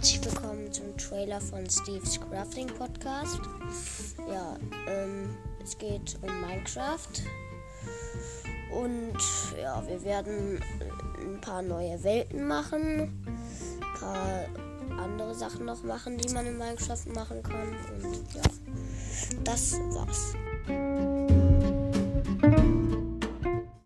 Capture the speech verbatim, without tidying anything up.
herzlich willkommen zum Trailer von Steve's Crafting Podcast. Ja, ähm, es geht um Minecraft und ja, wir werden ein paar neue Welten machen, ein paar andere Sachen noch machen, die man in Minecraft machen kann und ja, das war's.